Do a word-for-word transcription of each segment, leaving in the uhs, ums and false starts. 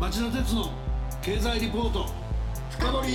町田鉄の経済リポート深掘り。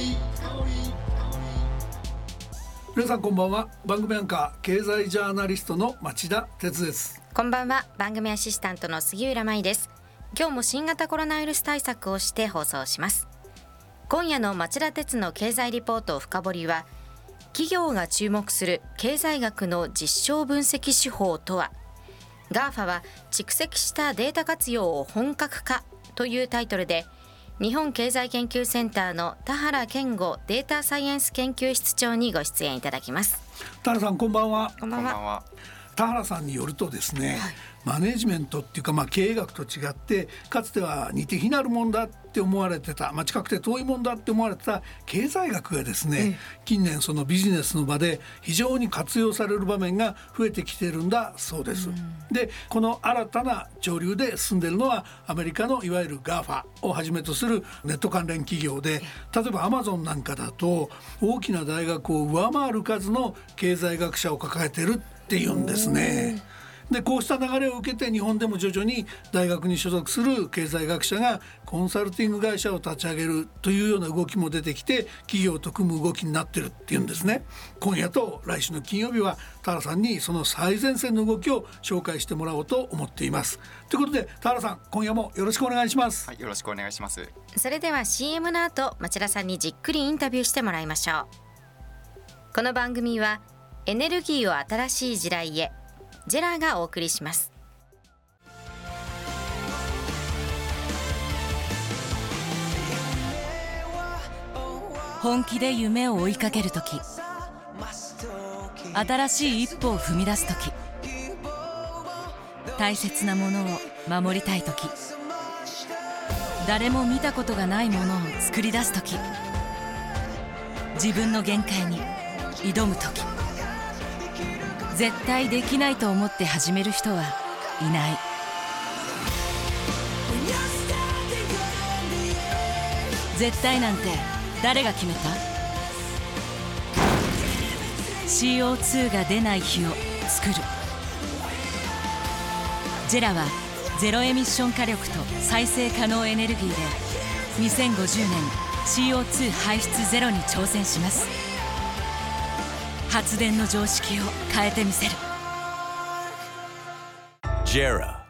皆さんこんばんは。番組アンカー経済ジャーナリストの町田鉄です。 こんばんは。番組アシスタントの杉浦舞です。今日も新型コロナウイルス対策をして放送します。今夜の町田鉄の経済リポート深掘りは、企業が注目する経済学の実証分析手法とは、 ガーファ は蓄積したデータ活用を本格化というタイトルで、日本経済研究センターの田原健吾データサイエンス研究室長にご出演いただきます。 田原さんこんばんは。 こんばんは。 田原さんによるとですね、はい、マネジメントっていうか、まあ、経営学と違ってかつては似て非なるもんだって思われてた、まあ、近くて遠いもんだって思われてた経済学がですね、うん、近年そのビジネスの場で非常に活用される場面が増えてきているんだそうです、うん、でこの新たな潮流で進んでいるのはアメリカのいわゆる ガーファ をはじめとするネット関連企業で、例えばアマゾンなんかだと大きな大学を上回る数の経済学者を抱えているっていうんですね。でこうした流れを受けて日本でも徐々に大学に所属する経済学者がコンサルティング会社を立ち上げるというような動きも出てきて、企業と組む動きになってるっていうんですね。今夜と来週の金曜日は田原さんにその最前線の動きを紹介してもらおうと思っています。ということで田原さん、今夜もよろしくお願いします。 はい、よろしくお願いします。 それでは シーエム の後、町田さんにじっくりインタビューしてもらいましょう。この番組はエネルギーを新しい時代へ、ジェラーがお送りします。 本気で夢を追いかけるとき、新しい一歩を踏み出すとき、大切なものを守りたいとき、誰も見たことがないものを作り出すとき、自分の限界に挑むとき、絶対できないと思って始める人はいない。絶対なんて誰が決めた？ シーオーツー が出ない日を作る。ジェラはゼロエミッション火力と再生可能エネルギーでにせんごじゅうねん シーオーツー 排出ゼロに挑戦します。発電の常識を変えてみせる。 ジェラ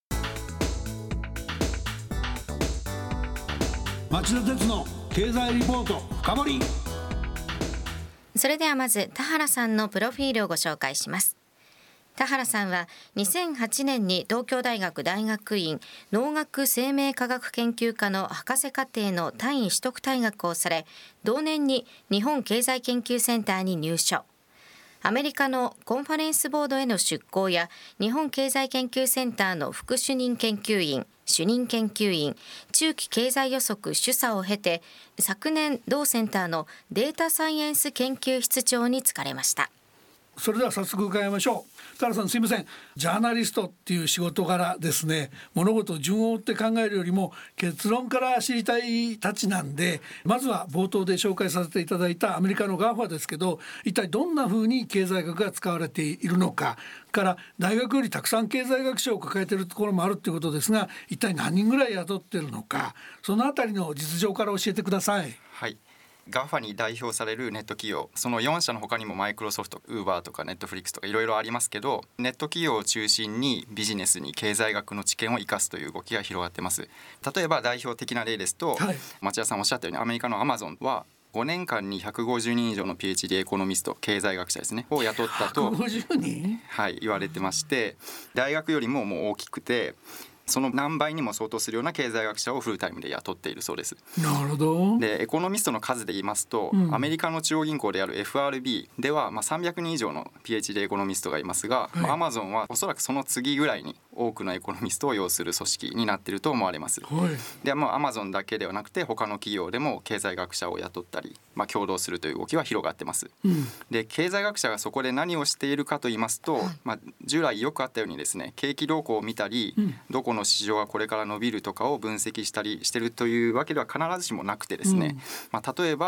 町田鉄の経済リポート深掘り。 それではまず田原さんのプロフィールをご紹介します。田原さんはにせんはちねんに東京大学大学院農学生命科学研究科の博士課程の単位取得退学をされ、同年に日本経済研究センターに入所。アメリカのコンファレンスボードへの出向や日本経済研究センターの副主任研究員、主任研究員、中期経済予測主査を経て、昨年同センターのデータサイエンス研究室長に就かれました。 それでは早速伺いましょう。田原さん、すいません。ジャーナリストっていう仕事柄ですね、物事を順を追って考えるよりも結論から知りたいたちなんで、まずは冒頭で紹介させていただいたアメリカの ガーファ ですけど、一体どんな風に経済学が使われているのか、から大学よりたくさん経済学者を抱えているところもあるということですが、一体何人ぐらい雇っているのか、そのあたりの実情から教えてください。 はい、ガーファ に代表されるネット企業、そのよん社の他にもマイクロソフト、ウーバーとかネットフリックスとかいろいろありますけど、ネット企業を中心にビジネスに経済学の知見を生かすという動きが広がってます。例えば代表的な例ですと、はい、町田さんおっしゃったようにアメリカのアマゾンはごねんかんにひゃくごじゅうにん以上の ピーエイチディー エコノミスト、経済学者ですねを雇ったと、 ひゃくごじゅうにん、 はい、言われてまして、大学よりももう大きくて、その何倍にも相当するような経済学者をフルタイムで雇っているそうです。 なるほど。 でエコノミストの数で言いますと、うん、アメリカの中央銀行である エフアールビー では、まあ、さんびゃくにん以上の ピーエイチディー エコノミストがいますが、はい、まあ、アマゾンはおそらくその次ぐらいに多くのエコノミストを要する組織になっていると思われます、はい、で、まあ、アマゾンだけではなくて他の企業でも経済学者を雇ったり、まあ、共同するという動きは広がってます、うん、で経済学者がそこで何をしているかと言いますと、はい、まあ、従来よくあったようにですね、景気動向を見たり、うん、どこの市場がこれから伸びるとかを分析したりしているというわけでは必ずしもなくてですね、うん、まあ、例えば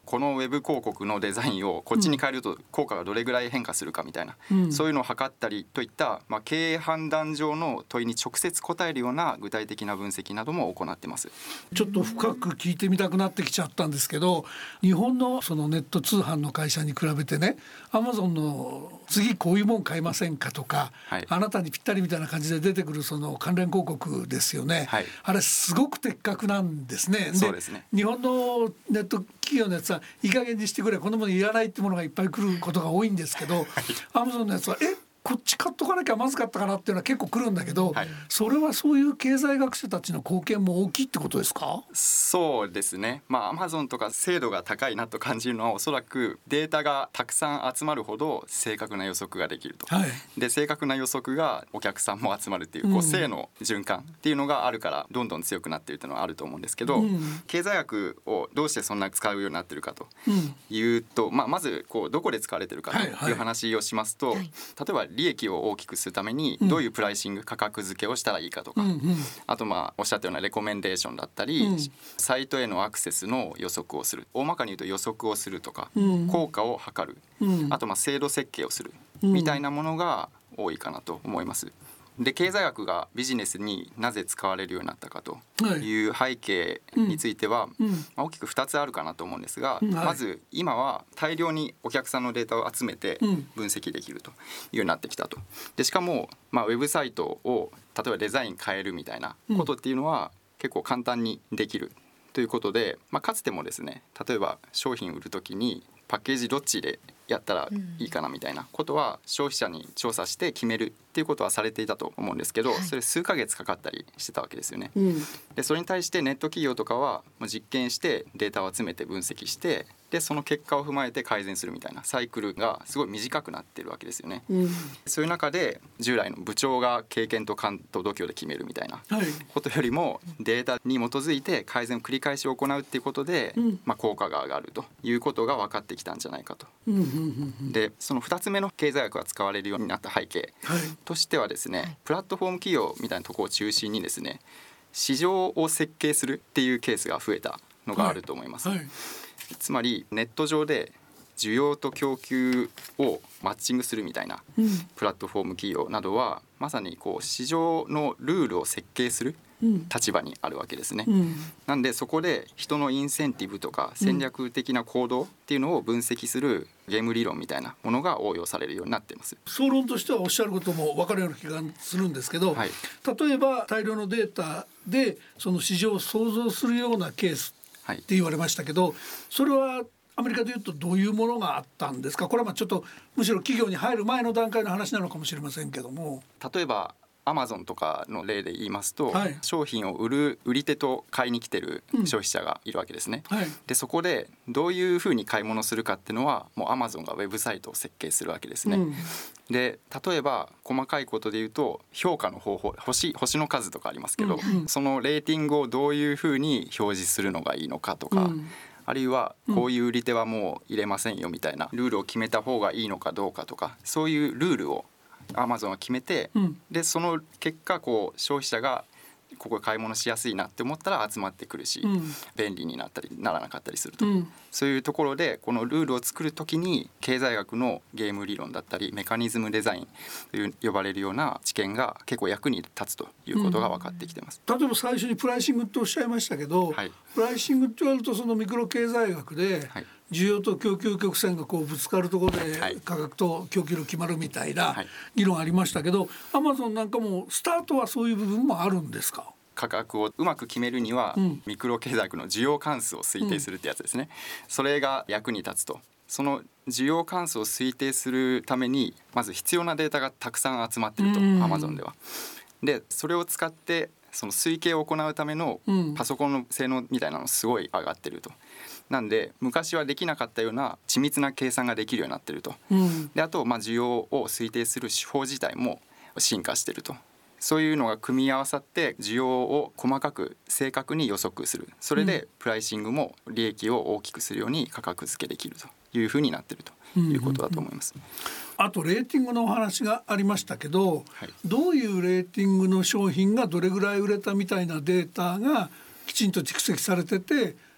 このウェブ広告のデザインをこっちに変えると効果がどれぐらい変化するかみたいな、うん、そういうのを測ったりといった、まあ、経営判断上の問いに直接答えるような具体的な分析なども行ってます。 ちょっと深く聞いてみたくなってきちゃったんですけど、日本のそのネット通販の会社に比べてね、アマゾンの次こういうもん買いませんかとか、はい、あなたにぴったりみたいな感じで出てくるその関連広告ですよね、はい、あれすごく的確なんですね。 そうですね。 日本のネット企業のやつはいい加減にしてくれ、こんなものいらないってものがいっぱい来ることが多いんですけど、はい、アマゾンのやつはえこっち買っとかなきゃまずかったかなっていうのは結構来るんだけど、はい、それはそういう経済学者たちの貢献も大きいってことですか？ そうですね。まあ Amazon とか精度が高いなと感じるのは、おそらくデータがたくさん集まるほど正確な予測ができると、はい、で正確な予測がお客さんも集まるっていう、こう正の循環っていうのがあるからどんどん強くなっているっていうのはあると思うんですけど、うん、経済学をどうしてそんな使うようになってるかというと、うんまあ、まずこうどこで使われてるかという話をしますと、はいはい、例えば利益を大きくするためにどういうプライシング、うん、価格付けをしたらいいかとか、うんうん、あとまあおっしゃったようなレコメンデーションだったり、うん、サイトへのアクセスの予測をする、大まかに言うと予測をするとか、うん、効果を測る、うん、あとまあ制度設計をするみたいなものが多いかなと思います。で経済学がビジネスになぜ使われるようになったかという背景については、はいうんまあ、大きくふたつあるかなと思うんですが、うんはい、まず今は大量にお客さんのデータを集めて分析できるというようになってきたと。でしかも、まあ、ウェブサイトを例えばデザイン変えるみたいなことっていうのは結構簡単にできるということで、まあ、かつてもですね、例えば商品売るときにパッケージどっちでやったらいいかなみたいなことは消費者に調査して決めるっていうことはされていたと思うんですけど、それ数ヶ月かかったりしてたわけですよね、うん、でそれに対してネット企業とかは実験してデータを集めて分析して、でその結果を踏まえて改善するみたいなサイクルがすごい短くなってるわけですよね、うん、そういう中で従来の部長が経験と勘と度胸で決めるみたいなことよりも、データに基づいて改善を繰り返し行うっていうことで、うんまあ、効果が上がるということが分かってきたんじゃないかと、うんうんうんうん、でそのふたつめの経済学が使われるようになった背景としてはですね、はい、プラットフォーム企業みたいなところを中心にですね、市場を設計するっていうケースが増えたのがあると思います、はいはい、つまりネット上で需要と供給をマッチングするみたいなプラットフォーム企業などはまさにこう市場のルールを設計する立場にあるわけですね、うん、なんでそこで人のインセンティブとか戦略的な行動っていうのを分析するゲーム理論みたいなものが応用されるようになっています。 総論としてはおっしゃることも分かるような気がするんですけど、はい、例えば大量のデータでその市場を想像するようなケースって言われましたけど、はい、それはアメリカでいうとどういうものがあったんですか？これはまあちょっとむしろ企業に入る前の段階の話なのかもしれませんけども、 例えばアマゾンとかの例で言いますと、はい、商品を売る売り手と買いに来てる消費者がいるわけですね、うんはい、でそこでどういうふうに買い物するかっていうのはもうアマゾンがウェブサイトを設計するわけですね、うん、で例えば細かいことで言うと評価の方法、星、星の数とかありますけど、うん、そのレーティングをどういうふうに表示するのがいいのかとか、うんあるいはこういう売り手はもう入れませんよみたいなルールを決めた方がいいのかどうかとか、そういうルールをアマゾンは決めて、うん、でその結果こう消費者がここ買い物しやすいなって思ったら集まってくるし、うん、便利になったりならなかったりすると、うん、そういうところでこのルールを作るときに経済学のゲーム理論だったりメカニズムデザインという呼ばれるような知見が結構役に立つということが分かってきてます、 うん、例えば最初にプライシングっておっしゃいましたけど、はい、プライシングって言われるとそのミクロ経済学で、はい需要と供給曲線がこうぶつかるところで価格と供給量決まるみたいな議論ありましたけど、アマゾンなんかもスタートはそういう部分もあるんですか？ 価格をうまく決めるには、うん、ミクロ経済学の需要関数を推定するってやつですね、うん、それが役に立つと。その需要関数を推定するためにまず必要なデータがたくさん集まっていると、うん、アマゾンでは。でそれを使ってその推計を行うためのパソコンの性能みたいなのすごい上がってると。なんで昔はできなかったような緻密な計算ができるようになってると、うん、であとまあ需要を推定する手法自体も進化してると。そういうのが組み合わさって需要を細かく正確に予測する。それでプライシングも利益を大きくするように価格付けできるというふうになってるということだと思います、うんうんうん、あとレーティングのお話がありましたけど、はい、どういうレーティングの商品がどれぐらい売れたみたいなデータがきちんと蓄積されてて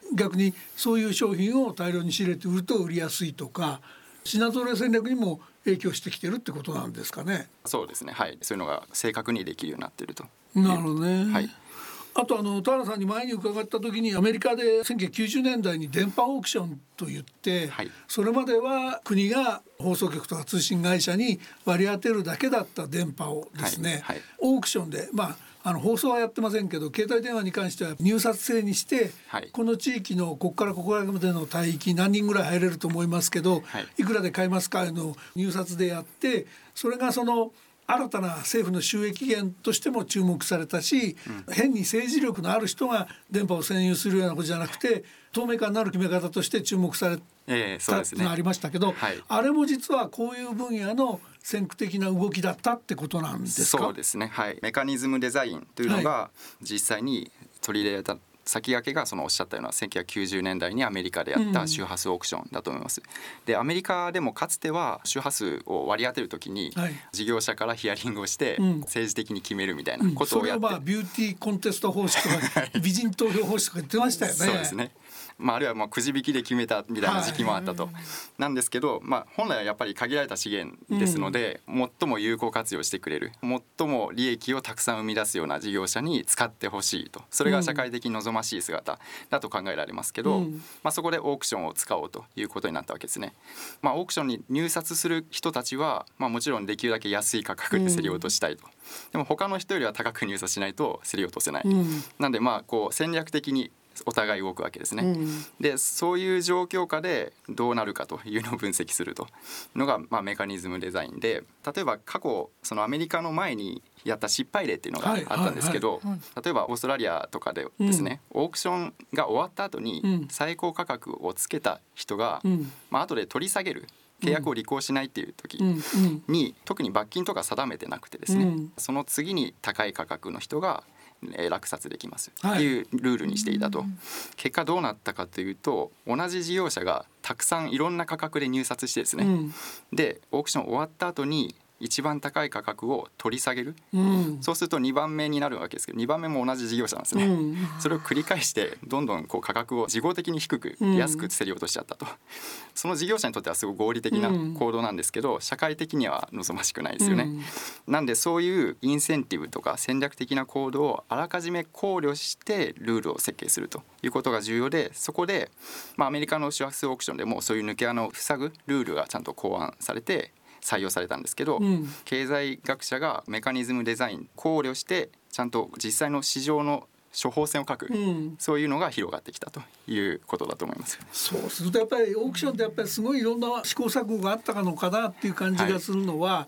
逆にそういう商品を大量に仕入れて売ると売りやすいとか、品揃え戦略にも影響してきてるってことなんですかね。 そうですね、はい、そういうのが正確にできるようになっていると。 なるほどね、 はい。 あとあの田原さんに前に伺った時にアメリカでせんきゅうひゃくきゅうじゅうねんだいに電波オークションといって、はい、それまでは国が放送局とか通信会社に割り当てるだけだった電波をですね、はいはい、オークションで、まああの放送はやってませんけど携帯電話に関しては入札制にして、はい、この地域のここからここらまでの帯域何人ぐらい入れると思いますけど、はい、いくらで買いますかの入札でやって、それがその新たな政府の収益源としても注目されたし、うん、変に政治力のある人が電波を占有するようなことじゃなくて透明感のある決め方として注目されたっていうのがありましたけど、はい、あれも実はこういう分野の先駆的な動きだったってことなんですか。 そうですね、はい、メカニズムデザインというのが実際に取り入れられた先駆けがそのおっしゃったようなせんきゅうひゃくきゅうじゅうねんだいにアメリカでやった周波数オークションだと思います、うん、でアメリカでもかつては周波数を割り当てるときに事業者からヒアリングをして政治的に決めるみたいなことをやって、うん、それはまあビューティーコンテスト方式とか美人投票方式とか言ってましたよね。 そうですね、まあ、あるいはまあくじ引きで決めたみたいな時期もあったと、はい、なんですけど、まあ、本来はやっぱり限られた資源ですので、うん、最も有効活用してくれる最も利益をたくさん生み出すような事業者に使ってほしいと、それが社会的に望ましい姿だと考えられますけど、うん、まあ、そこでオークションを使おうということになったわけですね。まあ、オークションに入札する人たちは、まあ、もちろんできるだけ安い価格で競り落としたいと、うん、でも他の人よりは高く入札しないと競り落とせない、うん、なんでまあこう戦略的にお互い動くわけですね、うん、でそういう状況下でどうなるかというのを分析するというのが、まあ、メカニズムデザインで、例えば過去そのアメリカの前にやった失敗例っていうのがあったんですけど、はいはいはい、例えばオーストラリアとかでですね、うん、オークションが終わった後に最高価格をつけた人が、うん、まあ後で取り下げる契約を履行しないっていう時に、特に罰金とか定めてなくてですね、うん、その次に高い価格の人が落札できますっていうルールにしていたと、はい、結果どうなったかというと、同じ事業者がたくさんいろんな価格で入札してですね、うん、でオークション終わった後に一番高い価格を取り下げる、うん、そうするとにばんめになるわけですけど、にばんめも同じ事業者なんですね、うん、それを繰り返してどんどんこう価格を事後的に低く安く競り落としちゃったと、うん、その事業者にとってはすごく合理的な行動なんですけど、うん、社会的には望ましくないですよね、うん、なんでそういうインセンティブとか戦略的な行動をあらかじめ考慮してルールを設計するということが重要で、そこで、まあ、アメリカの周波数オークションでもそういう抜け穴を塞ぐルールがちゃんと考案されて採用されたんですけど、うん、経済学者がメカニズムデザイン考慮してちゃんと実際の市場の処方箋を書く、うん、そういうのが広がってきたということだと思います。 そうするとやっぱりオークションってやっぱりすごいいろんな試行錯誤があったのかなっていう感じがするのは、はい、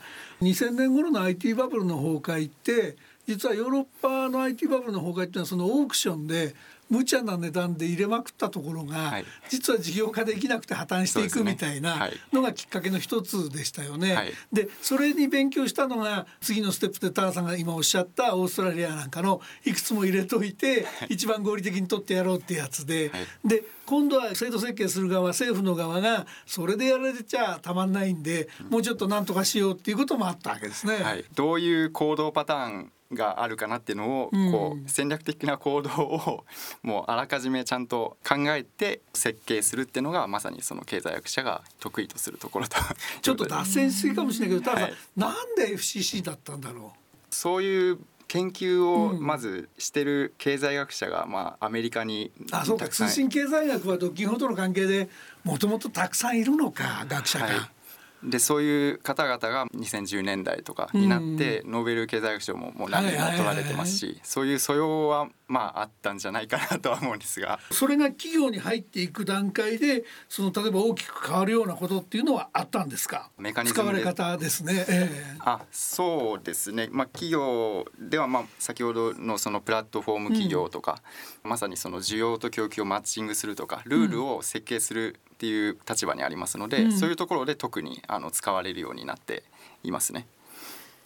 にせんねん頃の アイティー バブルの崩壊って実はヨーロッパの アイティー バブルの崩壊っていうのはそのオークションで無茶な値段で入れまくったところが、はい、実は事業化できなくて破綻していくみたいなのがきっかけの一つでしたよね、はい、でそれに勉強したのが次のステップで田原さんが今おっしゃったオーストラリアなんかのいくつも入れといて、はい、一番合理的に取ってやろうってやつで、はい、で今度は制度設計する側政府の側がそれでやられちゃたまんないんで、うん、もうちょっとなんとかしようっていうこともあったわけですね、 はい、どういう行動パターンがあるかなっていうのをこう戦略的な行動をもうあらかじめちゃんと考えて設計するっていうのがまさにその経済学者が得意とするところとちょっと脱線しすぎかもしれないけど、田原さん、はい、なんで エフシーシー だったんだろう。そういう研究をまずしてる経済学者がまあアメリカにたくさん、あ、そうか、通信経済学は独禁法との関係でもともとたくさんいるのか、学者が、はい、 でそういう方々がにせんじゅうねんだいとかになってノーベル経済学賞ももう何年も取られてますし、そういう素養はまああったんじゃないかなとは思うんですが、 それが企業に入っていく段階でその例えば大きく変わるようなことっていうのはあったんですか。 メカニズムで使われ方ですね、えー、 あそうですね、まあ、企業ではまあ先ほどのそのプラットフォーム企業とか、うん、まさにその需要と供給をマッチングするとかルールを設計するっていう立場にありますので、うん、そういうところで特にあの使われるようになっていますね。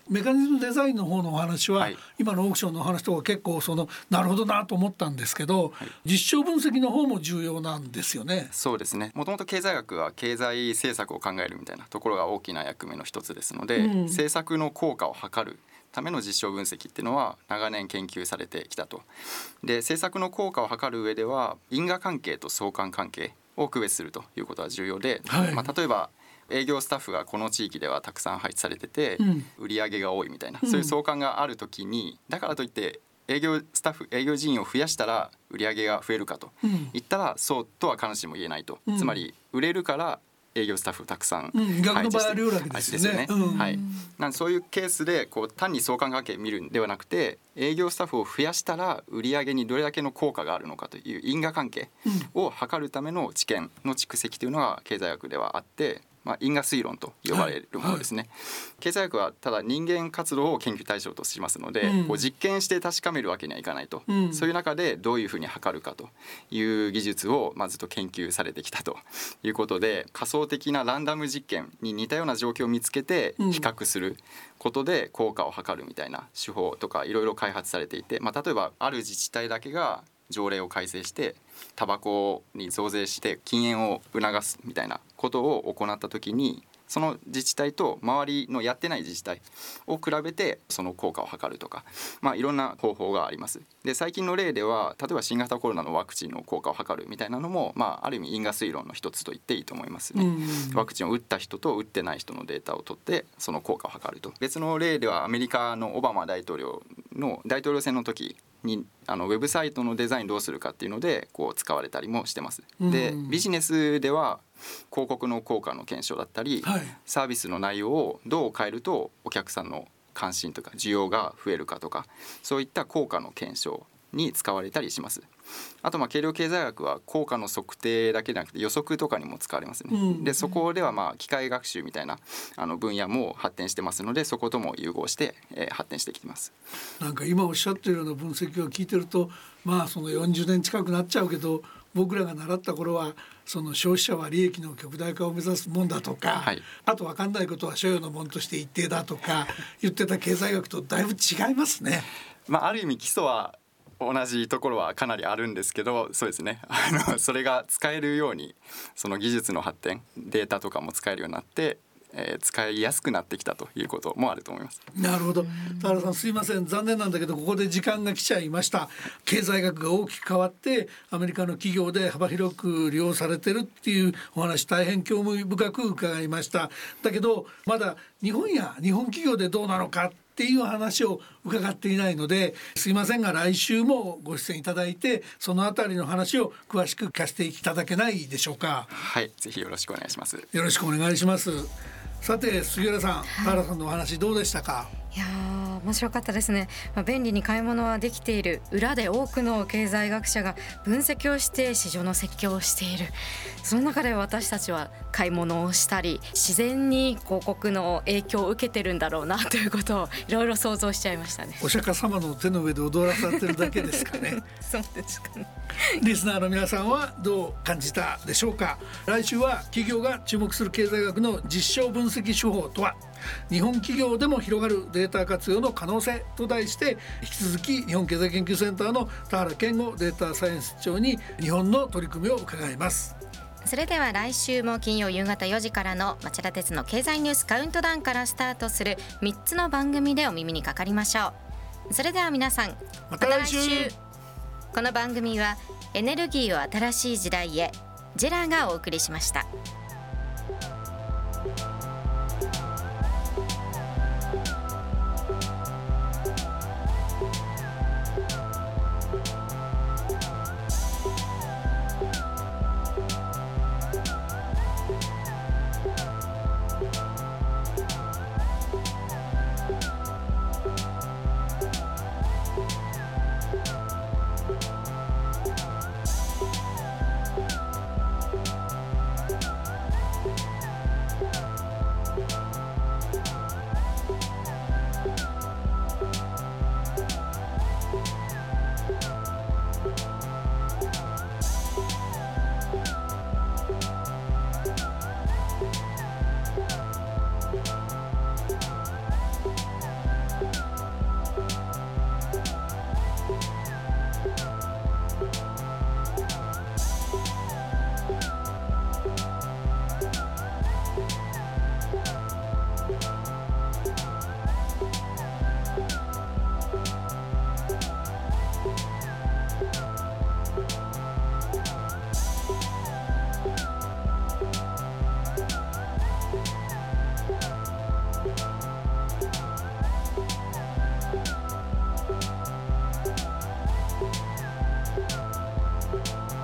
メカニズムデザインの方のお話は、 はい、 今のオークションのお話とか結構そのなるほどなと思ったんですけど、はい、実証分析の方も重要なんですよね。 そうですね。もともと経済学は経済政策を考えるみたいなところが大きな役目の一つですので、うん、政策の効果を測るための実証分析っていうのは長年研究されてきたと。で、政策の効果を測る上では因果関係と相関関係を区別するということが重要で、はい、まあ、例えば営業スタッフがこの地域ではたくさん配置されてて、うん、売り上げが多いみたいな、そういう相関があるときに、だからといって営業スタッフ営業人員を増やしたら売り上げが増えるかと言ったら、そうとは必ずしも言えないと、うん、つまり売れるから営業スタッフをたくさん配置してるわけですよね。はい、なんでそういうケースでこう単に相関関係を見るんではなくて、営業スタッフを増やしたら売り上げにどれだけの効果があるのかという因果関係を測るための知見の蓄積というのが経済学ではあって、まあ、因果推論と呼ばれるものですね。はいはい、経済学はただ人間活動を研究対象としますので、うん、こう実験して確かめるわけにはいかないと、うん、そういう中でどういうふうに測るかという技術を、まあ、ずっと研究されてきたということで、仮想的なランダム実験に似たような状況を見つけて比較することで効果を測るみたいな手法とかいろいろ開発されていて、まあ、例えばある自治体だけが条例を改正してタバコに増税して禁煙を促すみたいなことを行った時に、その自治体と周りのやってない自治体を比べてその効果を測るとか、まあ、いろんな方法があります。で、最近の例では例えば新型コロナのワクチンの効果を測るみたいなのも、まあ、ある意味因果推論の一つと言っていいと思いますね。うん、ワクチンを打った人と打ってない人のデータを取ってその効果を測ると。別の例ではアメリカのオバマ大統領の大統領選の時にあのウェブサイトのデザインどうするかっていうのでこう使われたりもしてます。で、ビジネスでは広告の効果の検証だったり、はい、サービスの内容をどう変えるとお客さんの関心とか需要が増えるかとか、そういった効果の検証に使われたりします。あとまあ軽量経済学は効果の測定だけじゃなくて予測とかにも使われますね。うん、でそこではまあ機械学習みたいなあの分野も発展してますので、そことも融合して、えー、発展してきてます。 なんか今おっしゃってるような分析を聞いてると、まあそのよんじゅうねん近くなっちゃうけど、僕らが習った頃はその消費者は利益の極大化を目指すもんだとか、はい、あと分かんないことは所有のもんとして一定だとか言ってた経済学とだいぶ違いますね。 まあ、ある意味基礎は同じところはかなりあるんですけど、そうですね、あのそれが使えるようにその技術の発展、データとかも使えるようになって、えー、使いやすくなってきたということもあると思います。 なるほど。田原さんすいません、残念なんだけどここで時間が来ちゃいました。経済学が大きく変わってアメリカの企業で幅広く利用されてるっていうお話、大変興味深く伺いました。だけどまだ日本や日本企業でどうなのかっていう話を伺っていないので、すいませんが来週もご出演いただいてそのあたりの話を詳しく聞かせていただけないでしょうか。 はい、ぜひよろしくお願いします。 よろしくお願いします。さて杉浦さん、田原さんのお話どうでしたか。 いやー面白かったですね。まあ、便利に買い物はできている裏で多くの経済学者が分析をして市場の説教をしている。その中で私たちは買い物をしたり自然に広告の影響を受けてるんだろうなということをいろいろ想像しちゃいましたね。 お釈迦様の手の上で踊らされてるだけですかね。 そうですかね。 リスナーの皆さんはどう感じたでしょうか。来週は企業が注目する経済学の実証分析手法とは、日本企業でも広がるデータ活用の可能性と題して、引き続き日本経済研究センターの田原健吾データサイエンス長に日本の取り組みを伺います。 それでは来週も金曜夕方よじからの町田鉄の経済ニュースカウントダウンからスタートするみっつの番組でお耳にかかりましょう。それでは皆さんまた来週。 この番組はエネルギーを新しい時代へ、ジェラがお送りしました。 した。